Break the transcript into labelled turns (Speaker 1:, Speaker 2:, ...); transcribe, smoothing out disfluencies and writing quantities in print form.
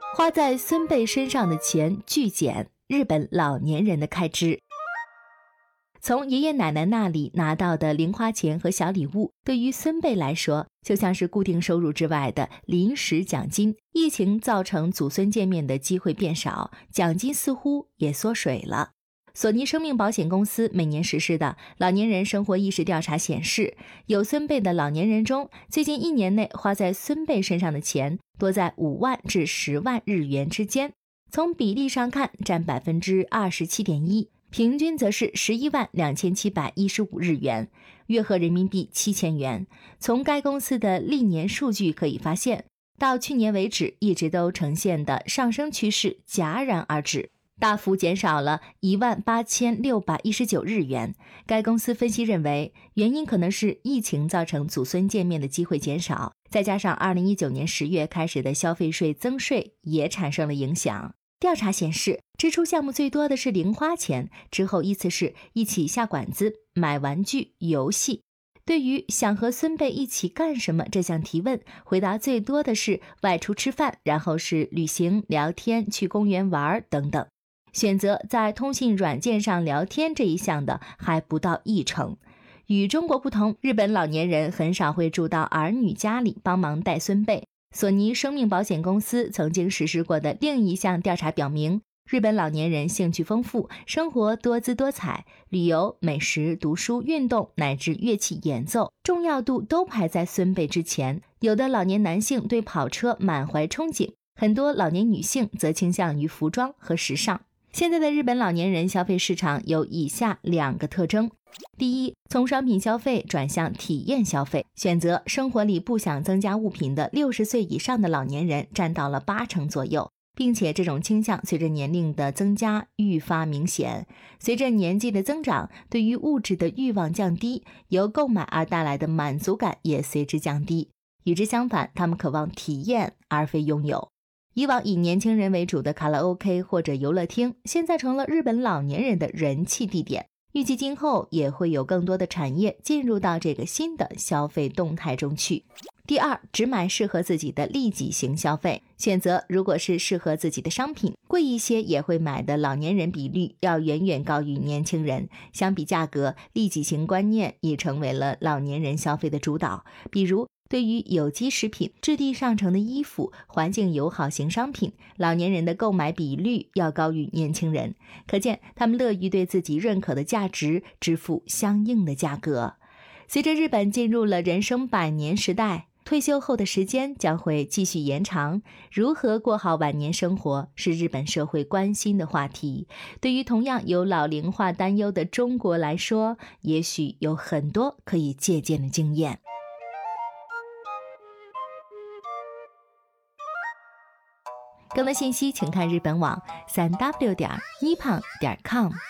Speaker 1: 花在孙辈身上的钱巨减，日本老年人的开支。从爷爷奶奶那里拿到的零花钱和小礼物，对于孙辈来说，就像是固定收入之外的临时奖金。疫情造成祖孙见面的机会变少，奖金似乎也缩水了。索尼生命保险公司每年实施的老年人生活意识调查显示，有孙辈的老年人中，最近1年内花在孙辈身上的钱多在5万至10万日元之间，从比例上看占 27.1%， 平均则是112715日元，约合人民币7000元。从该公司的历年数据可以发现，到去年为止一直都呈现的上升趋势戛然而止，大幅减少了18619日元。该公司分析认为，原因可能是疫情造成祖孙见面的机会减少，再加上2019年10月开始的消费税增税也产生了影响。调查显示，支出项目最多的是零花钱，之后依次是一起下馆子、买玩具、游戏。对于想和孙辈一起干什么这项提问，回答最多的是外出吃饭，然后是旅行、聊天、去公园玩等等。选择在通信软件上聊天这一项的还不到1成。与中国不同，日本老年人很少会住到儿女家里帮忙带孙辈。索尼生命保险公司曾经实施过的另一项调查表明，日本老年人兴趣丰富，生活多姿多彩，旅游、美食、读书、运动乃至乐器演奏，重要度都排在孙辈之前。有的老年男性对跑车满怀憧憬，很多老年女性则倾向于服装和时尚。现在的日本老年人消费市场有以下2个特征。第一，从商品消费转向体验消费，选择生活里不想增加物品的60岁以上的老年人占到了8成左右，并且这种倾向随着年龄的增加愈发明显。随着年纪的增长，对于物质的欲望降低，由购买而带来的满足感也随之降低。与之相反，他们渴望体验而非拥有。以往以年轻人为主的卡拉 OK 或者游乐厅，现在成了日本老年人的人气地点。预计今后也会有更多的产业进入到这个新的消费动态中去。第二，只买适合自己的利己型消费，选择如果是适合自己的商品，贵一些也会买的老年人比率要远远高于年轻人。相比价格，利己型观念已成为了老年人消费的主导。比如对于有机食品、质地上乘的衣服、环境友好型商品，老年人的购买比率要高于年轻人，可见他们乐于对自己认可的价值支付相应的价格。随着日本进入了人生100年时代，退休后的时间将会继续延长，如何过好晚年生活是日本社会关心的话题。对于同样有老龄化担忧的中国来说，也许有很多可以借鉴的经验。更多信息请看日本网 3w.nippon.com。